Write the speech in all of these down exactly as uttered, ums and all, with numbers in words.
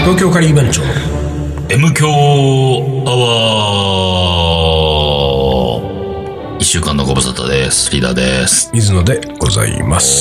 東京カリー番長の M 強アワー。一週間のご無沙汰です。リーダーです。 水野でございます。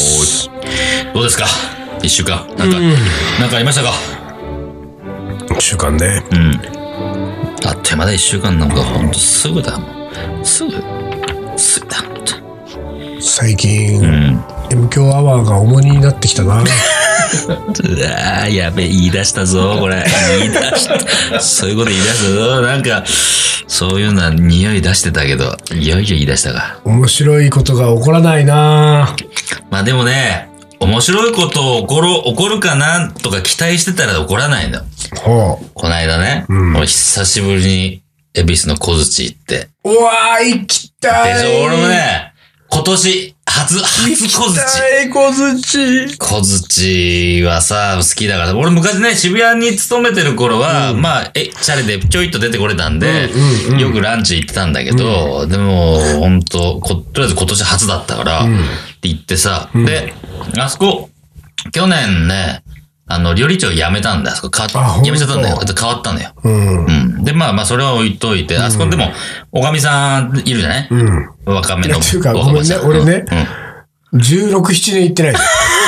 どうですか一週間。なんか、うん、なんかありましたか一週間ね。 うん。あっという間で一週間なんかほんとすぐだもん。すぐ。すぐだもん。 最近、うん、M 強アワーが重荷になってきたな。 うわーやべえ言い出したぞこれ言い出したそういうこと言い出したぞなんかそういうのは匂い出してたけどいよいよ言い出したか。 面白いことが起こらないな。 まあでもね面白いこと起こる起こるかなとか期待してたら起こらないんだ。 ほう。 この間ね、うん、俺久しぶりに恵比寿の小槌行って。 うわー行きたい。 でしょ俺もね今年初、初小槌。 小槌。 小槌はさ、好きだから。俺昔ね、渋谷に勤めてる頃は、うん、まあ、え、チャリでちょいっと出てこれたんで、うんうんうん、よくランチ行ってたんだけど、うん、でも、ほんと、こ、とりあえず今年初だったから、うん、って言ってさ、うん、で、あそこ、去年ね、あの、料理長辞めたんだ。あそこ、か、辞めちゃったんだよ。変わったんだよ。うん。うん。で、まあまあ、それは置いといて、うん、あそこでも、おかみさんいるじゃないうん。若めの。 っていうか、ごめんね、俺ね、うん、じゅうろく、ななねん行ってない。 あ、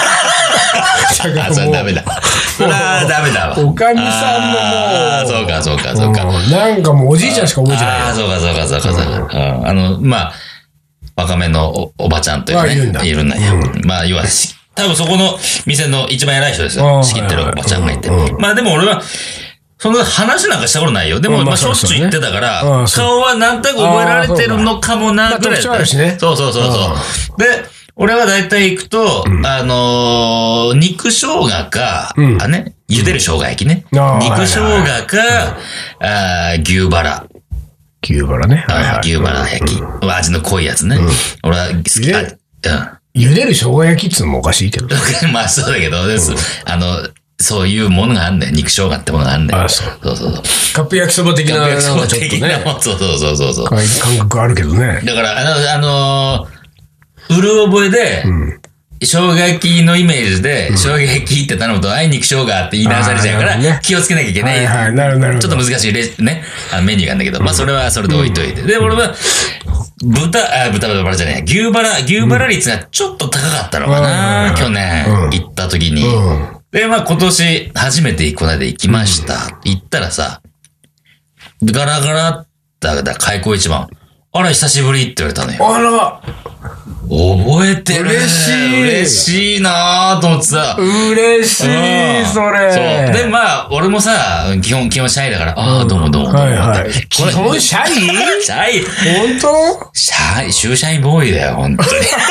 それダメだ。それはダメだわ。 おかみさんももう。 ああ、そうか、そうか、そうか。 なんかもうおじいちゃんしか覚えてない。 ああ、そうか、そうか、そうか、そうか。うん。あの、まあ、若めの お, おばちゃんというね。いるんだ。いるんだよ。うん、まあ、要は、多分そこの店の一番偉い人ですよ。仕切ってるおばちゃんがいて。まあでも俺は、その話なんかしたことないよ。でも、まあしょっちゅう言ってたから、顔は何となく覚えられてるのかもな、ぐらい。そうそうそうそう。で、俺は大体行くと、あの、肉生姜か、あね、茹でる生姜焼きね。肉生姜か、牛バラ。 牛バラね。 牛バラ焼き。味の濃いやつね。俺は好き。うん。 茹でる生姜焼きっつうのもおかしいけど。 まあそうだけどです。うん、あの、そういうものがあるんだよ。肉生姜ってものがあるんだよ。ああ、そう。そうそうそう。 カップ焼きそば的な。カップ焼きそば的なもん。 そうそうそうそうそう。 感覚あるけどね。 だから、あの、あのー、うる覚えで、うん、生姜焼きのイメージで、うん、生姜焼きって頼むと、あい肉生姜って言い直されちゃうから、ね、気をつけなきゃいけない。はいはい、なるなる。ちょっと難しいレね、あメニューがあるんだけど、うん、まあそれはそれで置いといて。うん、で、俺は、豚、あ、豚バラじゃない、牛バラ、牛バラ率がちょっと高かったのかな、うん、去年行った時に。うん、で、まあ今年初めてこの間行きました。うん、行ったらさ、ガラガラだ、だ、開口一番。あら、久しぶりって言われたのよ。 あら覚えてる。 嬉しい。 嬉しいなぁと思ってさ。 嬉しい、うん、それ。 そう。で、まあ、俺もさ、基本、基本シャイだから、ああ、どうもどうもどうも。はいはい。 基本シャイシャイ本当シャイ、シューシャイボーイだよ、本当に。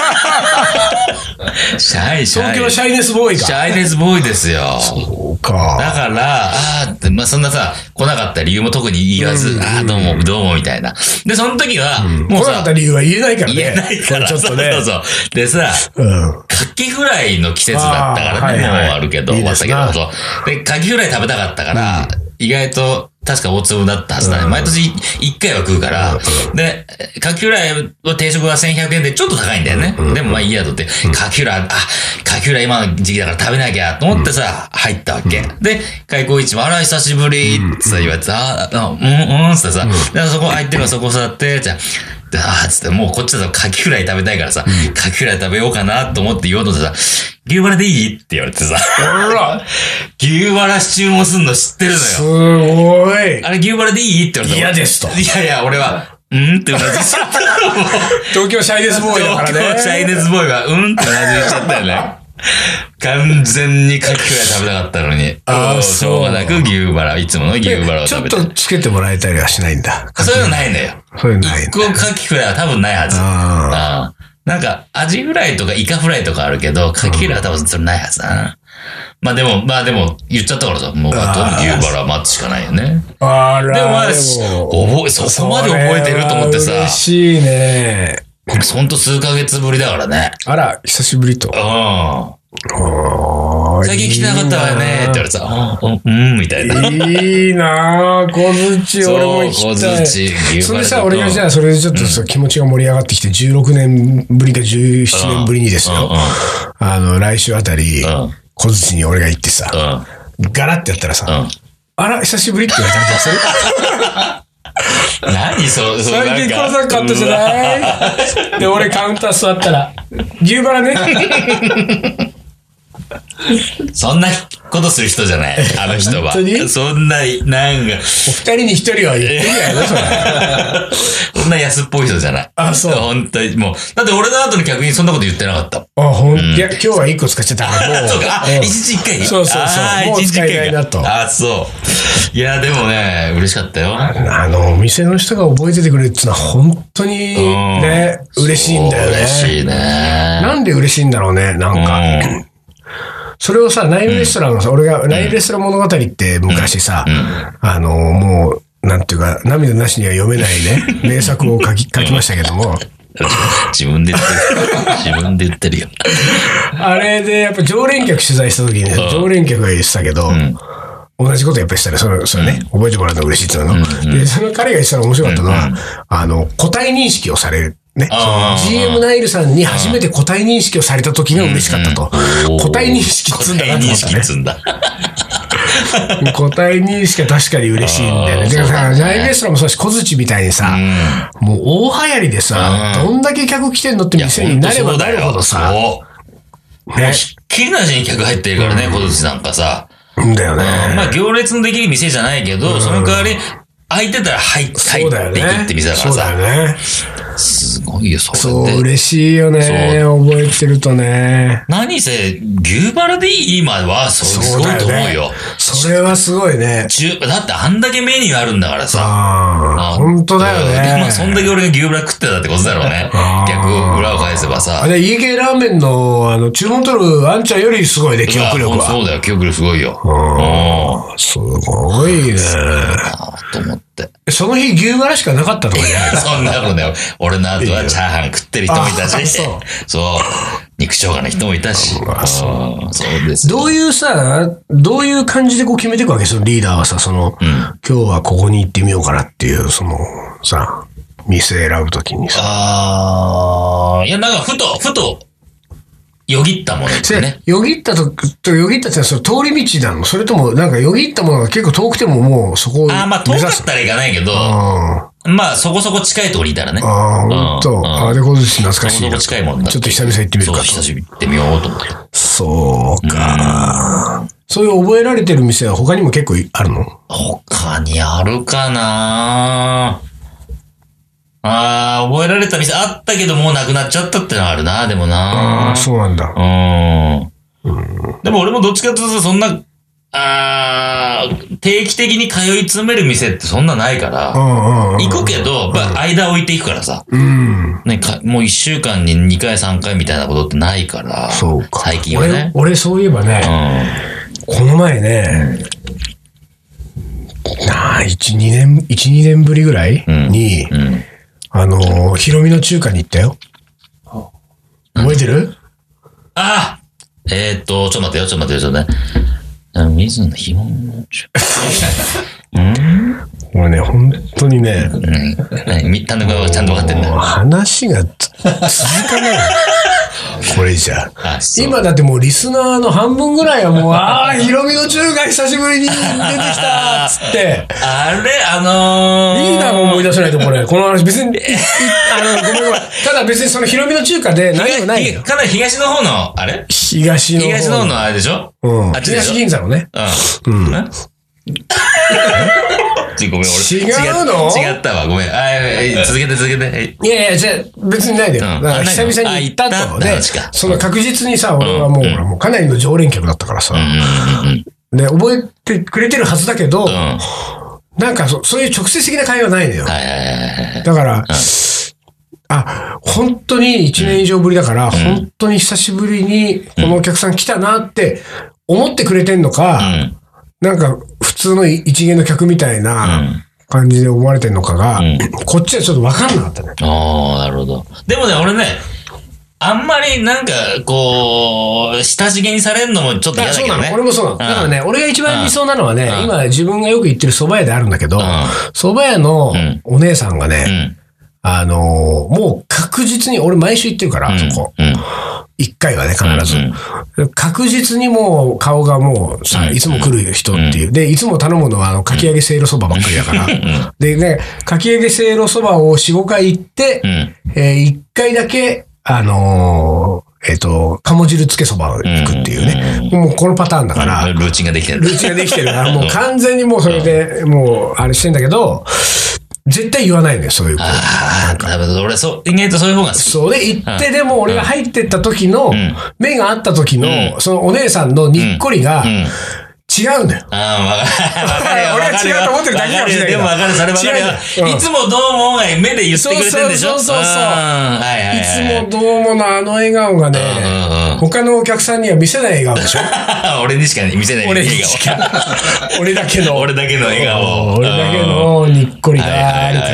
シャイ、シャイ。 東京シャイネスボーイか。 シャイネスボーイですよ。 そうか。 だから、ああ、まあ、そんなさ、来なかった理由も特に言わず、うん、ああ、どうも、どうも、みたいな。で、その時は、 うん、もうさ、来なかった理由は言えないからね。 言えないから。ちょっとね。そうそう。でさ、うん、カキフライの季節だったからね、もうあるけど、終わったけど、そう。で、カキフライ食べたかったから、うん、意外と、確か大粒だったはずだね。うん、毎年一回は食うから。うん、で、カキフライの定食はせんひゃくえんでちょっと高いんだよね。うん、でもまあいいやとって、うん、カキフライ、あ、カキフライ今の時期だから食べなきゃと思ってさ、うん、入ったわけ。うん、で、開口一番、あら、久しぶりってさ、言われてさ、あ、うん、うん、ってさ、うん、で、そこ入ってるからそこ座って、じゃで、あーつって、もうこっちだとカキフライ食べたいからさ、うん、カキフライ食べようかなと思って言おうとしてさ、牛バラでいいって言われてさ、牛バラ注文すんの知ってるのよ。 すごい。 あれ牛バラでいいって言われた。 嫌ですと。 いやいや、俺は、うんってうなずいちゃった。 東京シャイネスボーイだからね。 東京シャイネスボーイが、うんってうなずいちゃったよね。完全にカキフライ食べたかったのに。ああ、しょうがなく牛バラ、いつもの牛バラを食べて。 ちょっとつけてもらえたりはしないんだ。 そういうのないんだよ。 そういうのないんだ。 一個カキフライは多分ないはず。ああ。なんか、アジフライとかイカフライとかあるけど、カキフライは多分それないはずだな。まあでも、まあでも、言っちゃったからさ、もうあと牛バラ待つしかないよね。 あら。 でもまあ、覚え、そこまで覚えてると思ってさ。 嬉しいね。 ほんと数ヶ月ぶりだからね。 あら、久しぶりと。 うん。最近来てなかったわよねって言われてさ、うん、みたいな。 いいなぁ、小槌、俺も行きたい。小槌、それさ、俺がじゃあ、それでちょっとさ、気持ちが盛り上がってきて、じゅうろくねんぶりかじゅうななねんぶりにですよ。あの、来週あたり、小槌に俺が行ってさ、 ガラってやったらさ、 うん、 あら、久しぶりって言われたりする何そ、そ最近来なかったじゃないで、俺カウンター座ったら、牛バラね。 そんなことする人じゃない、あの人は。 本当にそんな、なんか。 お二人に一人は言ってるやろ、それ。 そんな安っぽい人じゃない。 あ、そう。 本当に、もう、だって俺の後の客にそんなこと言ってなかった。 あ、ほん、うん、いや、今日はいっこ使っちゃったから、もう。 そうか、あ、一日一回そうそうそう。もう使えないなと。 あ、そう。いや、でもね、嬉しかったよ。 あの、お店の人が覚えててくれるっていうのは、本当にね、うん、嬉しいんだよね。 嬉しいね。 なんで嬉しいんだろうね、なんか。うんそれをさ、ナインレストランのさ、うん、俺が、ナインレストラン物語って昔さ、うん、あの、もう、なんていうか、涙なしには読めないね、名作を書き、書きましたけども。 自分で言ってる。自分で言ってるよ。 あれで、やっぱ常連客取材した時に、ね、常連客が言ってたけど、うん、同じことやっぱりしたら、それ、それね、覚えてもらうのが嬉しいっていうの。うんうん、で、その彼が言ってたの面白かったのは、うんうん、あの、個体認識をされる。ね、ジーエム ナイルさんに初めて個体認識をされた時が嬉しかったと。うんうん、個体認識積んだなと思ったね。個体認識積んだ。個体認識は確かに嬉しいんだよね。でもさ、ナインレストランもそうだし、小槌みたいにさ、うん、もう大流行りでさ、うん、どんだけ客来てんのって店になればなるほどさ、 ね。ひっきりなしに客入ってるからね、小槌なんかさ。 だよね。 まあ行列のできる店じゃないけど、うん、その代わり、空いてたら入って、入っていくって店だからさ。 そうだよね。 すごいよ、それそう、嬉しいよね。覚えてるとね。 何せ、牛バラでいい今は、そう、すごいと思うよ。 それはすごいね。 だってあんだけメニューあるんだからさ。 ああ。本当だよね。 まあ、そんだけ俺が牛バラ食ってたってことだろうね。逆、裏を返せばさ。 あれ、家系ラーメンの、あの、注文取るあんちゃんよりすごいね、記憶力は。 そうだよ、記憶力すごいよ。 うん。すごいね。 と思って。 その日牛バラしかなかったとかじゃないそんなことね。俺の後はチャーハン食ってる人もいたし。そう。そう。肉生姜の人もいたし。そうそうです。 どういうさ、どういう感じでこう決めていくわけそのリーダーはさ、その、うん、今日はここに行ってみようかなっていう、その、さ、店選ぶときにさ。 ああ、いや、なんかふと、ふと、よぎったものってね。 よぎったと、とよぎったってのはその通り道なのそれとも、なんかよぎったものが結構遠くてももうそこを目指す。 ああ、まあ遠かったらいかないけど、まあそこそこ近いとこにいたらね。 ああ、ほんと。あれこそ懐かしい。 そこそこ近いもんだ。 ちょっと久々行ってみるかと。 久しぶり行ってみようと思って。 そうか。そういう覚えられてる店は他にも結構あるの？ 他にあるかなああ、覚えられた店あったけどもうなくなっちゃったってのはあるな、でもな。 ああ、そうなんだ。 うん。でも俺もどっちかというとそんな、ああ、定期的に通い詰める店ってそんなないから、行くけど、やっぱ間置いていくからさ、うん、ね、かもう一週間ににかいさんかいみたいなことってないから、 そうか。 最近はね。 俺、俺そういえばね、うん、この前ね、なあ、一、二年、一、二年ぶりぐらいに、うんうんあのー、ヒロミの中華に行ったよ。覚えてる？ ああえー、っと、ちょっと待ってよ、ちょっと待ってよ、ちょっとね。水野ひもの中華。ん俺ね、本当にね。 うん。何単独がちゃんと分かってんだ。 話が続かない。これじゃあ。今だってもうリスナーの半分ぐらいはもう、ああ、ヒロミの中華久しぶりに出てきたっつって。 あれあのー、リーダーも思い出せないとこれ。この話別に、あの、ごめんごめん。ただ別にそのヒロミの中華で何もないよ。 かなり東の方の、あれ東の方。 東の方のあれでしょうん。あっち東銀座のね。 うん。うん。ごめん、俺。 違うの違ったわ、ごめん。あ続けて続けて。 いやいや、じゃあ別にないでよ。うん、久々に行ったと。で、その確実にさ、俺はもう、うん、もうかなりの常連客だったからさ。で、覚えてくれてるはずだけど、うん、なんかそ、そういう直接的な会話ないのよ。だから、うん、あ、本当にいちねん以上ぶりだから、うん、本当に久しぶりにこのお客さん来たなって思ってくれてんのか、うんなんか、普通の一元の客みたいな感じで思われてんのかが、うん、こっちはちょっと分かんなかったね。 ああ、なるほど。でもね、俺ね、あんまりなんか、こう、親しげにされるのもちょっと嫌だけどね。そうなの、俺もそうなの。だからね、俺が一番理想なのはね、今自分がよく行ってる蕎麦屋であるんだけど、蕎麦屋のお姉さんがね、うん、あのー、もう確実に、俺毎週行ってるから、そこ。うん一回はね、必ず。うん、確実にもう顔がもうさ、いつも来る人っていう。うん、で、いつも頼むのは、あの、かき揚げせいろそばばっかりだから。うん、でね、かき揚げせいろそばをよん、ごかい行って、うん、えー、いっかいだけ、あのー、えっ、ー、と、鴨汁つけそばを行くっていうね。うん、もうこのパターンだから。 ルーチンができてる。 ルーチンができてるから、もう完全にもうそれで、もう、あれしてんだけど、絶対言わないんだよ、そういうこと。 ああ、なるほど。俺、そう、意外とそういう方が好き。 そうで、行って、でも俺が入ってった時の、目が合った時の、そのお姉さんのにっこりが、違うんだよ。 ああ、わかるよ。 俺は違うと思ってるだけかもしれない。 でもわかる、それわかるよ。いつもどうもが目で言ってくれてるんでしょ。 そうそうそうそう。 はいはい。 いつもどうものあの笑顔がね、他のお客さんには見せない笑顔でしょ。 俺にしか見せない笑顔。 俺にしか。俺だけの。 俺だけの笑顔。 俺だけのにっこりがあるから、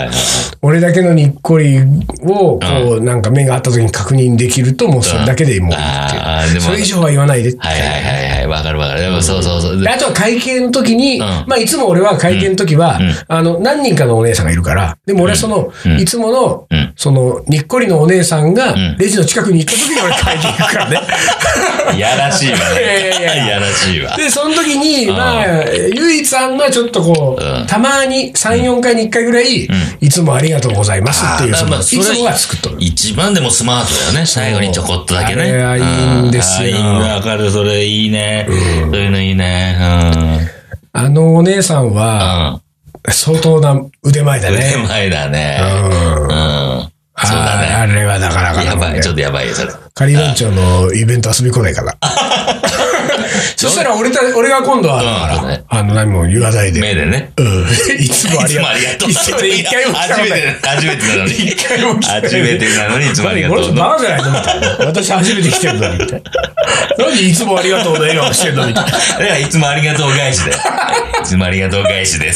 俺だけのにっこりを、こう、なんか目が合った時に確認できると、もうそれだけでもう、それ以上は言わないでって。 はいはいはいはい。わかるわかる。でもそうそうそう。 あとは会計の時に、まあいつも俺は会計の時は、あの、何人かのお姉さんがいるから、でも俺はその、いつもの、その、にっこりのお姉さんが、レジの近くに行った時に俺会計行くからね。 いやらしいわね。いやらしいわ。 で、その時に、まあ、唯一あんのはちょっとこう、たまにさん、よんかいにいっかいぐらい、いつもありがとうございますっていう、その、いつもは作っとる。 一番でもスマートだよね。最後にちょこっとだけね。 あれはいいんですよ。いいわかる。それいいね。そういうのいいね。 あのお姉さんは、相当な腕前だね。 腕前だね。 うん。そうだね。あれはなかなか。 やばい、ちょっとやばいよ、それ。 仮番長のイベント遊び来ないから。そしたら俺た、俺が今度は、あの、何も言わないで。 目でね。 うん。いつもありがとう。いつもありがとう。一回も初めて、初めてなのに。一回も初めてなのに、いつもありがとう。 これバカじゃないと思った。私初めて来てるのに、みたいな。なんでいつもありがとうの笑顔してんのみたいな。だからいつもありがとう返しで。いつもありがとう返しです。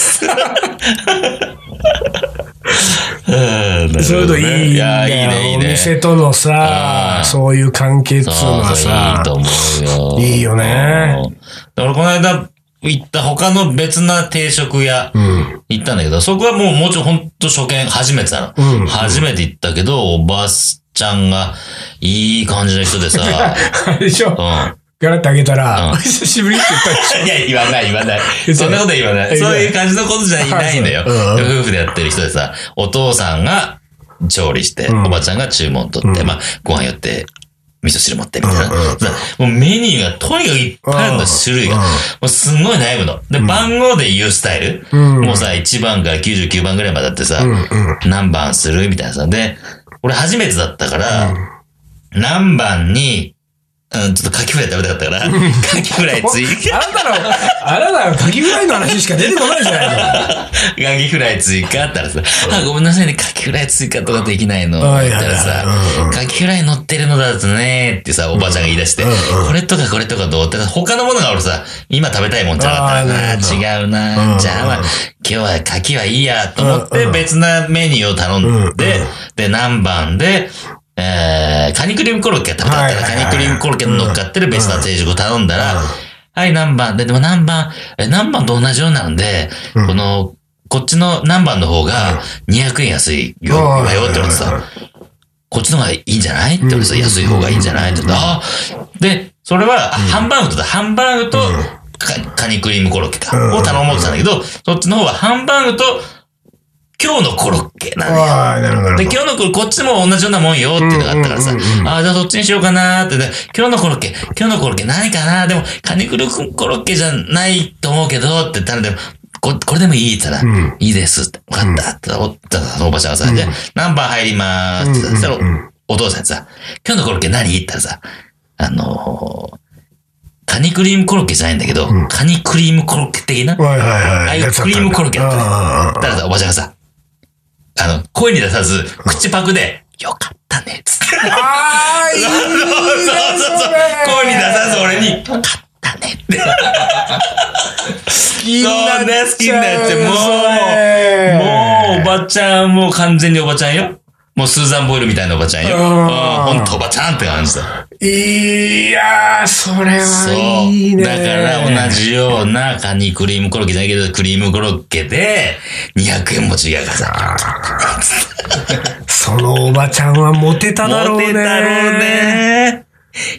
そういうのいいんだよ。 いや、いいね、いいね。 お店とのさ、そういう関係っていうのはさ、 いいと思うよ。 いいよね。 だからこの間行った他の別な定食屋行ったんだけど、そこはもうもちろん本当初見初めてだの。初めて行ったけど、おばちゃんがいい感じの人でさ。 あれでしょ。ガラッとあげたら、お久しぶりって言ったでしょ。 いや、言わない言わない。そんなこと言わない。そういう感じのことじゃないんだよ。夫婦でやってる人でさ、お父さんが調理して、おばちゃんが注文取って、まあ、ご飯寄って、味噌汁持ってみたいな。もうメニューがとにかくいっぱいあるの、種類が。もうすんごい悩むの。で、番号で言うスタイル。もうさ、いちばんからきゅうじゅうきゅうばんぐらいまでだってさ、何番するみたいなさ。で、俺初めてだったから、何番に、うん、ちょっとカキフライ食べたかったから、カキフライ追加。 あなたの、あなたのカキフライの話しか出てこないじゃないの。 カキフライ追加ったらさ、あ、ごめんなさいね、カキフライ追加とかできないの。って言ったらさ、カキフライ乗ってるのだとね、ってさ、おばちゃんが言い出して、これとかこれとかどうって他のものが俺さ、今食べたいもんじゃなかったら、違うな。じゃあまあ、今日はカキはいいや、と思って別なメニューを頼んで、で、何番で、えー、カニクリームコロッケ食べたかったら、カニクリームコロッケ乗っかってる別な定食を頼んだら、はい、何番で、でも何番、え、何番と同じようなんで、この、こっちの何番の方がにひゃくえん安いよ、わよって言われてさ、こっちの方がいいんじゃないって言われてさ、安い方がいいんじゃないって言って、あで、それは、ハンバーグとハンバーグとカニクリームコロッケか、を頼もうとしたんだけど、そっちの方はハンバーグと、今日のコロッケなんだよ。で、今日のコロッケ、こっちも同じようなもんよっていうのがあったからさ、ああ、じゃあそっちにしようかなーって、今日のコロッケ、今日のコロッケ何かなーでも、カニクリームコロッケじゃないと思うけど、って言ったら、でも、ここれでもいいって言ったら、いいですって、わかったって言ったら、おばちゃんがさ、じゃあ何番入りまーすって言ったら、お父さんにさ、今日のコロッケ何って言ったらさ、あのー、カニクリームコロッケじゃないんだけど、カニクリームコロッケ的な、ああいうクリームコロッケだったね。だからさ、おばちゃんがさ、あの、声に出さず、口パクで、よかったね、つって。 ああ、いいね。そうそうそう。 声に出さず俺に、よかったねって。 好きになっちゃう。そうね、 好きになっちゃう。もう、もう、おばちゃん、もう完全におばちゃんよ。もうスーザン・ボイルみたいなおばちゃんよ。ほんとおばちゃんって感じだ。 いやー、それはいいね。 そう。だから同じようなカニクリームコロッケじゃないけど、クリームコロッケでにひゃくえんも違うからさ。 そのおばちゃんはモテただろうね。 モテたろうね。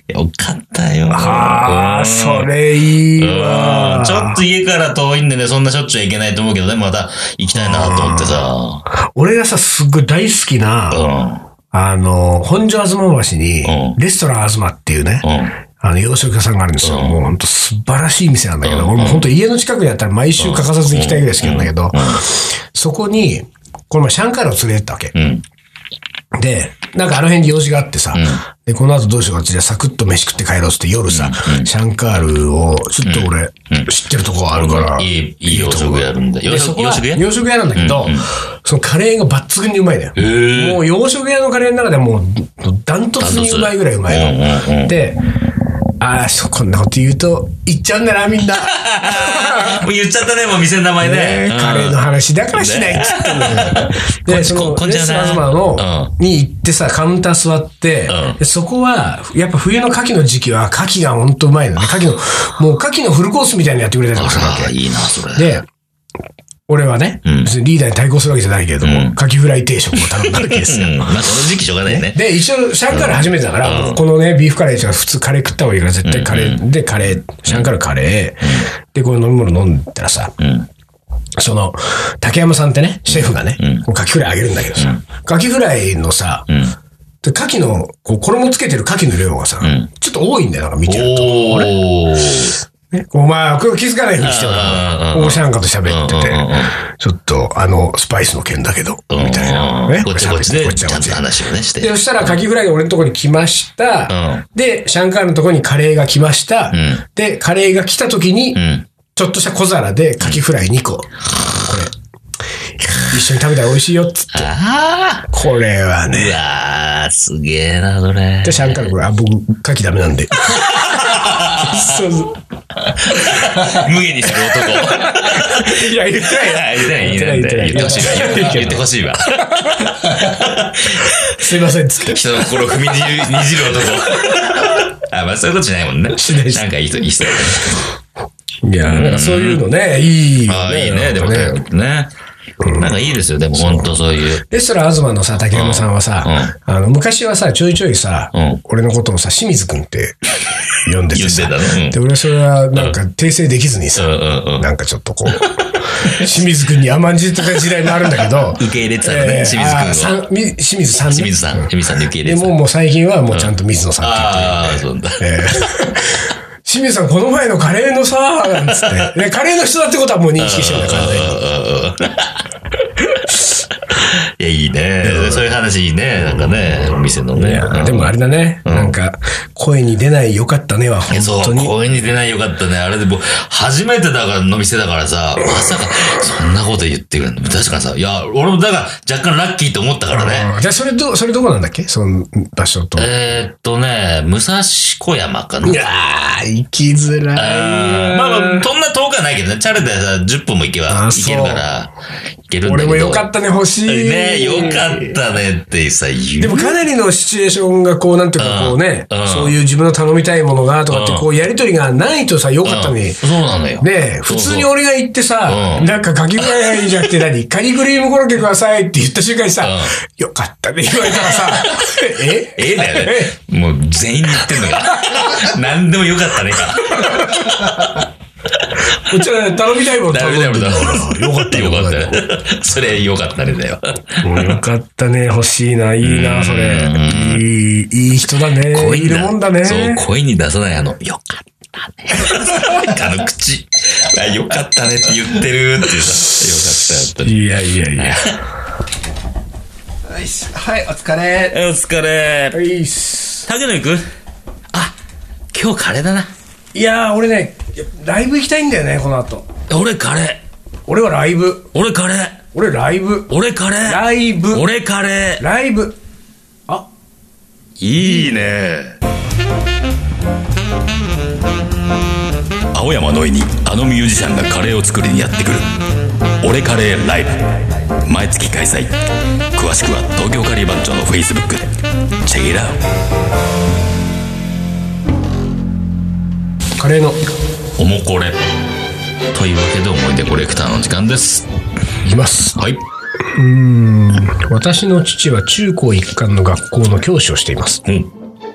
よかったよ。 ああ、それいいわ。 ちょっと家から遠いんでね、そんなしょっちゅう行けないと思うけどね、また行きたいなと思ってさ。 俺がさ、すっごい大好きな、うん、あの、本所東橋に、うん、レストラン東っていうね、うんあの、洋食屋さんがあるんですよ。うん、もう本当素晴らしい店なんだけど、うん、俺も本当家の近くにあったら毎週欠かさず行きたいぐらい好きなんだけど、うんうん、そこに、この前シャンカールを連れてったわけ。うん、で、なんかあの辺に用事があってさ、うん、で、この後どうしようかって、じゃあサクッと飯食って帰ろうって夜さ、うん、シャンカールを、ちょっと俺、うん、知ってるとこあるから、 いい、いい洋食屋あるんだ。洋食屋洋食屋なんだけど、うんうん、そのカレーが抜群にうまいんだよ。もう洋食屋のカレーの中でもう、ダントツにうまいぐらいうまいの。うんうんうん、で、ああ、そう、こんなこと言うと、言っちゃうんだな、みんな。 もう言っちゃったね、もう店の名前ね。 ねカレーの話だからしないっつってんだよ。で、その、レストラン東の、に行ってさ、カウンター座って、うん、そこは、やっぱ冬の牡蠣の時期は、牡蠣がほんとうまいのね。牡蠣の、もう牡蠣のフルコースみたいにやってくれたりとかするわけ。 ああ、いいな、それ。 で、俺はね、うん、別にリーダーに対抗するわけじゃないけれども、うん、カキフライ定食を頼んだわけですよ。うん、 まあ、その時期しょうがないね。 で、一応、シャンカール初めてだから、うん、このね、ビーフカレーじゃ普通カレー食った方がいいから、絶対カレー、うん、で、カレー、シャンカールカレー、うん、で、この飲み物飲んだらさ、うん、その、竹山さんってね、シェフがね、うん、カキフライあげるんだけどさ、うん、カキフライのさ、うん牡蠣の、こう、衣つけてる牡蠣の量がさ、うん、ちょっと多いんだよ、なんか見てると。あれね、お前、これ気づかないふうにしてもらう。おしゃんかと喋ってて、ちょっと、あの、スパイスの件だけど、みたいな。ね。 こっちこっちで、ちゃんと話をね、して。 で、そしたら、カキフライが俺のとこに来ました。うん、で、シャンカールのとこにカレーが来ました。うん、で、カレーが来た時に、うん、ちょっとした小皿でカキフライにこ。これ。一緒に食べたら美味しいよっつって。ああ。これはね。 うわー、すげえな、それ。 で、シャンカールこれ、あ、僕、カキダメなんで。そうそう。 無限にする男。 いや、言ってないな。 言ってない、言ってない。言ってほしいわ。言ってほしいわ。 すいません、つって。 人の心を踏みにじる男。あ、まあそういうことじゃないもんね。しないし。なんかいい人、いい人だね。いや、なんかそういうのね、いい。 ああ、いいね、でもね。なんかいいですよ、でも本当そういう。 レストラン東のさ、竹山さんはさ、うん、あの、昔はさ、ちょいちょいさ、うん、俺のことをさ、清水くんって呼んでてさ。言ってたね。うん、で、俺はそれはなんか訂正できずにさ、うん、なんかちょっとこう、清水くんに甘んじてた時代もあるんだけど。 受け入れてたのね、清水くんを。 清水さんね。 清水さん、清水さんで受け入れてた。 でももう最近はもうちゃんと水野さんって言ってる、ね。 ああ、そうだ。 えー清水さん、この前のカレーのさ、なんつって。ね、カレーの人だってことはもう認識してるんだからね。 いや、いいね。そういう話いいね。なんかね、お店のね。 でもあれだね。なんか、声に出ないよかったねは、本当に。 そう、声に出ないよかったね。あれでも、初めてだからの店だからさ、まさか、そんなこと言ってくるの。確かにさ、いや、俺もだから若干ラッキーと思ったからね。 じゃあ、それど、それどこなんだっけその場所と。 えっとね、武蔵小山かな。 いやー、行きづらい。 まあまあ、そんな遠くはないけどね。チャリでさ、じゅっぷんも行けば、行けるから、行けるんだけど。 俺もよかったね、欲しい。 ね、よかったねってさ、言う。 でもかなりのシチュエーションがこう、なんていうかこうね、そういう自分の頼みたいものがとかってこう、やりとりがないとさ、よかったのに。 そうなのよ。 ね、普通に俺が行ってさ、なんかカキフライじゃなくて何カニクリームコロッケくださいって言った瞬間にさ、よかったね、言われたらさ、ええだよね。もう全員に言ってんのよ。何でもよかったねか。 こっちは頼みたいもん頼みたいもんだ。よかったよかった。それよかったねだよ。 よかったね。欲しいな。いいな、それ。いい、いい人だね。声にいるもんだね。 そう、声に出さないあの、よかったね。あの口。よかったねって言ってるってさ。よかった。 いやいやいや。はい、お疲れ。 お疲れ。 はい、 竹野行く？あ、今日カレーだな。 いやー、俺ね、ライブ行きたいんだよね、この後。 俺カレー。 俺はライブ。 俺カレー。 俺ライブ。 俺カレー。 ライブ。 俺カレー。 ライブ。あ、 いいね。青山のいにあのミュージシャンがカレーを作りにやってくる。俺カレーライブ。毎月開催。詳しくは東京カリー番長のフェイスブックで。チェックイットアウト。 カレーのおもこれというわけで思い出コレクターの時間です。 いきます。 はい。 うーん、私の父は中高一貫の学校の教師をしています。うん、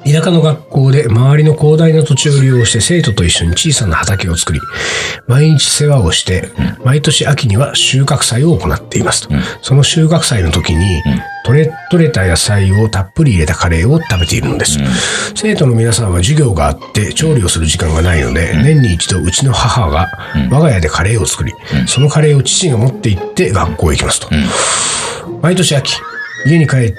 田舎の学校で周りの広大な土地を利用して生徒と一緒に小さな畑を作り、毎日世話をして、毎年秋には収穫祭を行っていますと。うん、その収穫祭の時に、うん、取れ、取れた野菜をたっぷり入れたカレーを食べているのです。うん、生徒の皆さんは授業があって調理をする時間がないので、うん、年に一度うちの母が我が家でカレーを作り、うん、そのカレーを父が持って行って学校へ行きますと。うん、毎年秋、家に帰って、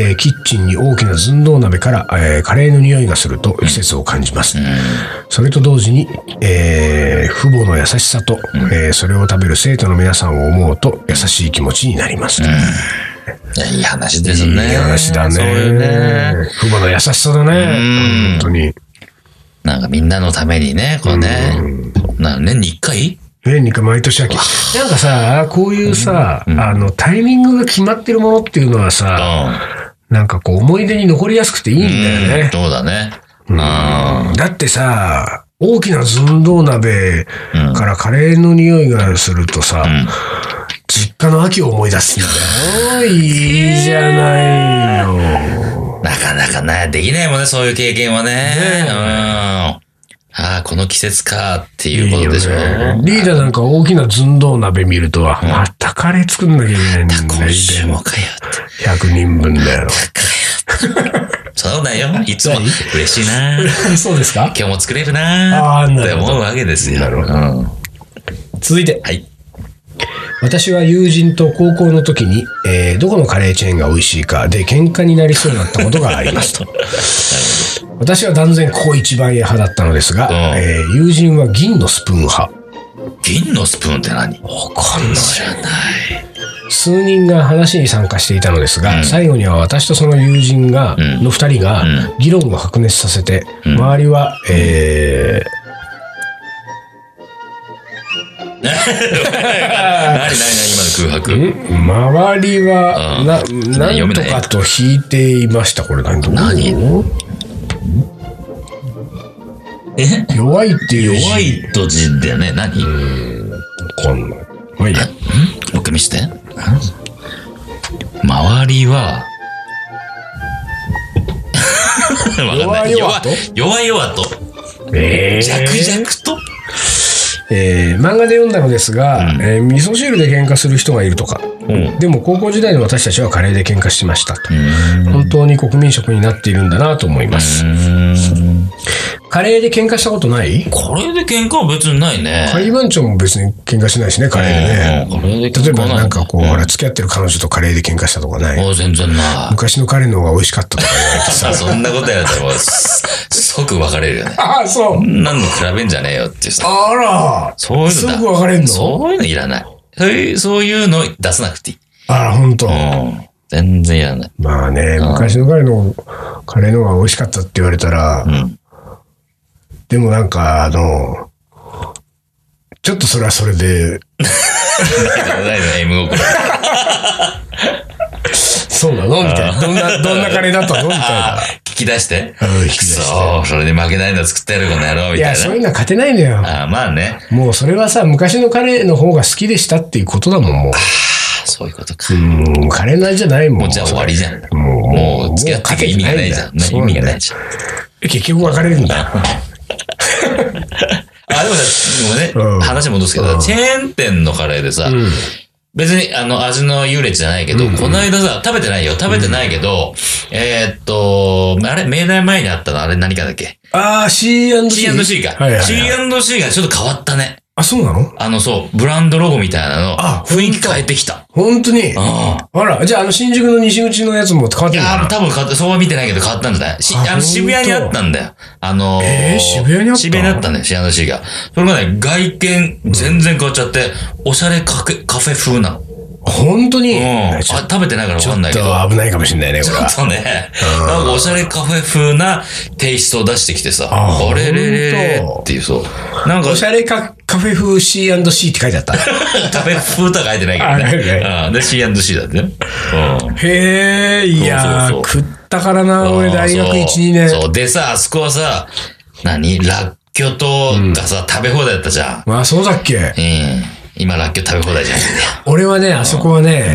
えー、キッチンに大きな寸胴鍋から、えー、カレーの匂いがすると季節を感じます。うん、それと同時に、えー、父母の優しさと、うんえー、それを食べる生徒の皆さんを思うと優しい気持ちになります。うんいい話ですね。 いい話だね。そういうね。父母の優しさだね。本当に。 なんかみんなのためにね、こうね。な年に一回年に一回毎年秋。なんかさ、こういうさ、うん、あの、タイミングが決まってるものっていうのはさ、うん、なんかこう思い出に残りやすくていいんだよね。 うん、そうだね。 うん。だってさ、大きな寸胴鍋からカレーの匂いがするとさ、うん実家の秋を思い出すんだよ。いいじゃないよ。 なかなかね、できないもんね、そういう経験はね。ねうん。ああ、この季節かっていうことでしょ。いいね、 リーダーなんか大きな寸胴鍋見るとは、うん、またカレー作んなきゃいけないんだよ。 今週もかよって。ひゃくにんぶんだよ。 そうだよ。いつも嬉しいな。 そうですか？ 今日も作れるなって思うわけですよ。 なるほど。うん、続いて。 はい。 私は友人と高校の時に、えー、どこのカレーチェーンが美味しいかで喧嘩になりそうになったことがありますと。私は断然ここ一番屋派だったのですが、うんえー、友人は銀のスプーン派。 銀のスプーンって何？ わかんない。 知らない。 数人が話に参加していたのですが、うん、最後には私とその友人が、うん、の二人が議論を白熱させて、うん、周りは、えー何何何今の空白周りはな、なんとかと引いていました。これ何何え弱いっていう弱いと字だよね。何こんなまあいいや。 もう一回見せて。周りは弱い弱と弱い弱とえー、 弱々とえー、漫画で読んだのですが、うんえー、味噌汁で喧嘩する人がいるとか、うん、でも高校時代の私たちはカレーで喧嘩しましたと。本当に国民食になっているんだなと思います。カレーで喧嘩したことない？ カレーで喧嘩は別にないね。 カリー番長も別に喧嘩しないしね、カレーでね。カレーで喧嘩ない。例えばなんかこう、ほら、付き合ってる彼女とカレーで喧嘩したとかない？ あ、全然ない。 昔のカレーの方が美味しかったとか言われてさ。 そんなことやられたらもう、即別れるよね。 ああ、そう。 何の比べんじゃねえよってさ。 あら。 そういうのだ。 すぐ別れんの？ そういうのいらない。そういう、そういうの出さなくていい。 あら、ほんと。 うん。全然いらない。 まあね、うん、昔のカレーの、カレーの方が美味しかったって言われたら、うん、でもなんか、あの、ちょっとそれはそれで。 ないの、ないの、M 心。 そうなのみたいな。どんな、どんなカレーだったのみたいな。 聞き出して。 うん、聞き出して。 そう、それで負けないの作ってやるこの野郎、みたいな。いや、 そういうのは勝てないんだよ。 ああ、まあね。 もうそれはさ、昔のカレーの方が好きでしたっていうことだもん、もう。 そういうことか。 うん、カレーの味じゃないもん。 もうじゃあ終わりじゃん。もう、もう付き合っていく意味がないじゃん。意味がないじゃん。 結局別れるんだ。 あ、でもさ、でもね、話戻すけど、チェーン店のカレーでさ、別に、あの、味の優劣じゃないけど、この間さ、食べてないよ。食べてないけど、えっと、あれ、明大前にあったの、あれ何かだっけ？ ああ、シーアンドシー。 シーアンドシー か。シーアンドシー がちょっと変わったね。 あ、そうなの？ あの、そう、ブランドロゴみたいなの、雰囲気変えてきた。 本当に？ああ。あら、じゃあ、あの、新宿の西口のやつも変わってるのかな？いや、 多分変わって、そうは見てないけど変わったんじゃない？し、あの、渋谷にあったんだよ。あのー、 えー、渋谷にあった？ 渋谷にあったんだよ、シーアンドシー が。それがね、外見、全然変わっちゃって、おしゃれカフェ、カフェ風なの。 本当に？ うん。あ、食べてないから分かんないけど。 ちょっと危ないかもしれないね、これは。 そうね。なんかおしゃれカフェ風なテイストを出してきてさ、あれれれれっていう、そう。なんか。 おしゃれカフェ風 シーアンドシー って書いてあった。 カフェ風とは書いてないけどね。で、シーアンドシー だってね。 へえ、いやー、食ったからな、俺大学いち、にねん。 そう。でさ、あそこはさ、何？ラッキョとかさ、食べ放題だったじゃん。 まあ、そうだっけ？ うん。今、ラッキョ食べ放題じゃん。 俺はね、あそこはね、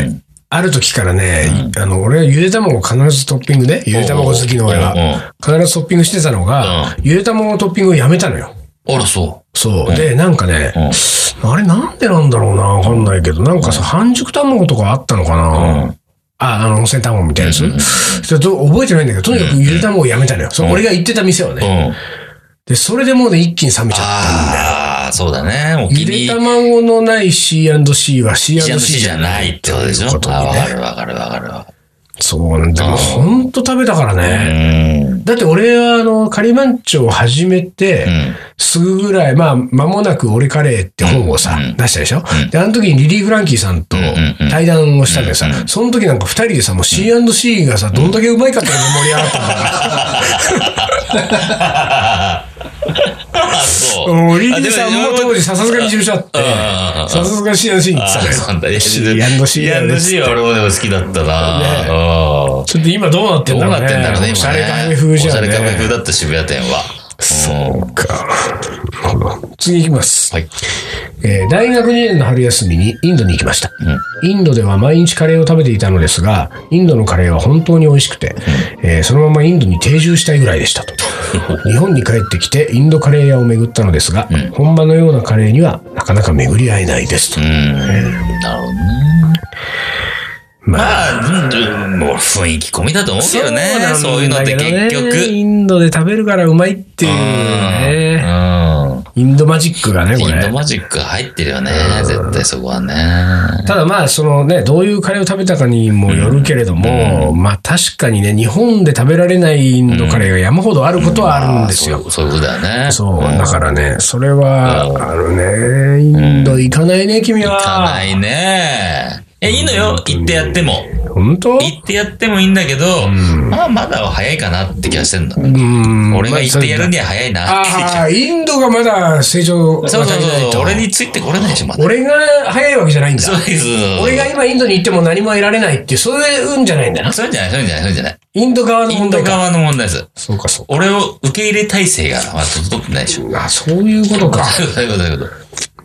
ある時からね、うん、あの、俺はゆで卵を必ずトッピングね、ゆで卵好きの俺は、必ずトッピングしてたのが、うん、ゆで卵のトッピングをやめたのよ。 あら、そう。 そう。うん、で、なんかね、うん、あれなんでなんだろうな、わかんないけど、なんかさ、半熟卵とかあったのかな、うん、あ、あの、温泉卵みたいなやつ、うんうん、それと覚えてないんだけど、とにかくゆで卵をやめたのよ。うん、そ俺が行ってた店はね。うん、で、それでもうね、一気に冷めちゃったんだよ。 ああ、そうだね。 ゆで卵のない シーアンドシー は シーアンドシー じゃないってことでしょ。わかるわかるわかるわ。 そうなんだよ。ほんと食べたからね。だって俺はあの、カリマンチョを始めて、すぐぐらい、まあ、間もなく俺カレーって本をさ、出したでしょ。で、あの時にリリー・フランキーさんと対談をしたんだけどさ、その時なんか二人でさ、もう シーアンドシー がさ、どんだけうまいかって盛り上がったんだから。そう。リリーさんも当時笹塚に事務所あって、笹塚 シーアンドシー に行ってたのよ。シーアンドシーシーアンドシー は俺もでも好きだったな。 ちょっと今どうなってんだろうね。 どうなってんだろうね、今ね。 おしゃれカフェ風じゃんね。 おしゃれカフェ風だった渋谷店は。 そうか。次行きます。 はい。 えー、大学にねんの春休みにインドに行きました、うん。インドでは毎日カレーを食べていたのですが、インドのカレーは本当に美味しくて、うん、えー、そのままインドに定住したいぐらいでしたと。日本に帰ってきてインドカレー屋を巡ったのですが、うん、本場のようなカレーにはなかなか巡り合えないですと。 うん、えー、なるほどね。まあ、まあ、もう雰囲気込みだと思うけどね。そう、そういうのって結局。 インドで食べるからうまいっていうね。うん、インドマジックがね、これ。 インドマジックが入ってるよね。絶対そこはね。 ただまあ、そのね、どういうカレーを食べたかにもよるけれども、うん、まあ確かにね、日本で食べられないインドカレーが山ほどあることはあるんですよ。 うんうん、そう、そういうことだよね。 そう、だからね、それは、あるね。インド行かないね、君は。 行かないね。え、いいのよ。行ってやっても。 本当？ 行ってやってもいいんだけど、うん、まあまだは早いかなって気がしてんだ。うん、俺が行ってやるには早いなって気がして。 ああ、インドがまだ成長そうそうそう。俺についてこれないでしょ、まだ。 俺が早いわけじゃないんだ。 そうです。 俺が今インドに行っても何も得られないっていう、そういうんじゃないんだな。 そういうんじゃない、そういうんじゃない、そういうんじゃない。 インド側の問題か。 インド側の問題です。 そうか、そうか。 俺を受け入れ体制がまだ整ってないでしょ。 あ、そういうことか。 そういうこと、そういうこと。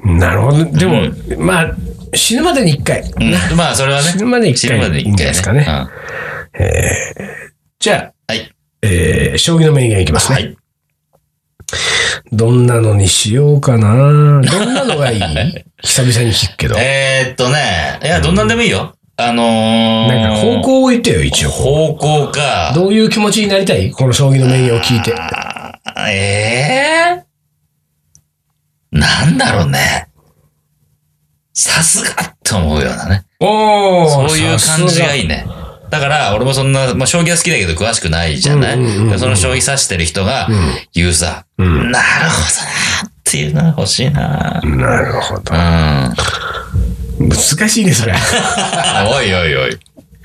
なるほど。でも、うん、まあ、死ぬまでに一回、 うん。まあ、それはね。 死ぬまでに一回。死ぬまでに一回ですかね。うん、えー、じゃあ、 はい。 えー、将棋の名言いきますね。はい。どんなのにしようかな。どんなのがいい久々に聞くけど。 えーっとね、いや、どんなんでもいいよ。あのー、 なんか方向を言ってよ、一応。 方向か。 どういう気持ちになりたいこの将棋の名言を聞いて。 ええー、なんだろうね。さすがって思うようなね。 おー。 そういう感じがいいね。だから、俺もそんな、まあ、将棋は好きだけど詳しくないじゃない、うんうんうん、その将棋指してる人が言うさ、うん、なるほどなっていうのが欲しいな。 なるほど。うん、難しいね、それ。 おいおいおい。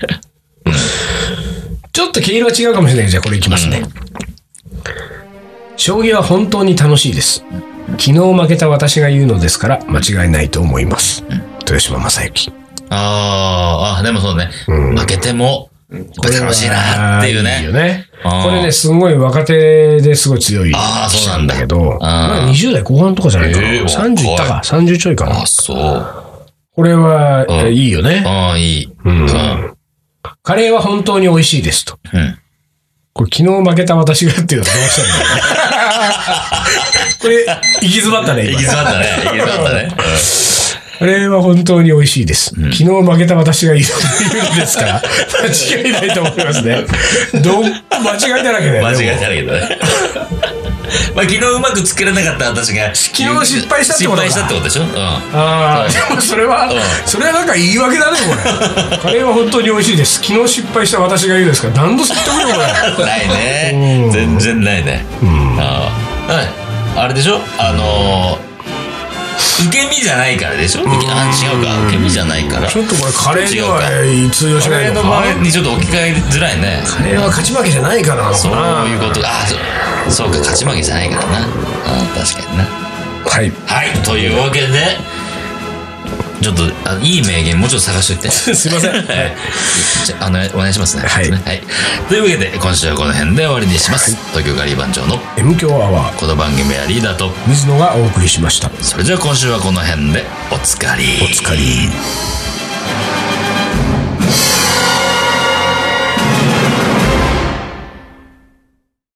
ちょっと毛色は違うかもしれないけど、じゃあこれいきますね。うん、将棋は本当に楽しいです。昨日負けた私が言うのですから間違いないと思います。うん、豊島将之。 ああ、でもそうね。うん、負けても、やっぱ楽しいなっていうね。いいよね。これね、すごい若手ですごい強い。 ああ、そうなんだけど、まあにじゅう代後半とかじゃないかな。えー、さんじゅういったか。さんじゅうちょいかな。 あ、そう。 これは、うん、いいよね。 ああ、いい。うん。うん、 カレーは本当に美味しいですと。うん。これ昨日負けた私がっていうのはどうしたんだよね。これ、行き詰まったね、 今。行き詰まったね。行き詰まったね。 これは本当に美味しいです。うん、昨日負けた私が言うんですから、間違いないと思いますね。どう、間違いだらけだよね。 間違いだらけだね。まあ昨日うまく作れなかった私が。 昨日失敗したってことか。 失敗したってことでしょ。うん。 ああ、でもそれは、うん、それはなんか言い訳だね、これ。カレーは本当に美味しいです。昨日失敗した私が言うんですから、何度説得よ、これ。 ないね。全然ないね。うん。ああ。あれでしょあのー、受け身じゃないからでしょ。あ、違うか。受け身じゃないから。 ちょっとこれカレーには通用しないのか。 カレーの場合にちょっと置き換えづらいね。 カレーは勝ち負けじゃないからなのかな。 そういうこと。あ、そう。そうか、勝ち負けじゃないからな。あ、確かにな。 はい。 はい。というわけで、ちょっとあいい名言もうちょっと探しといて。 すいません。はい。 じゃあ、あのお願いしますね。 はい。 はい。というわけで今週はこの辺で終わりにします。東京ガリバン長の M 強アワー。 この番組はリーダーと水野がお送りしました。 それじゃあ今週はこの辺でおつかり。 おつかり。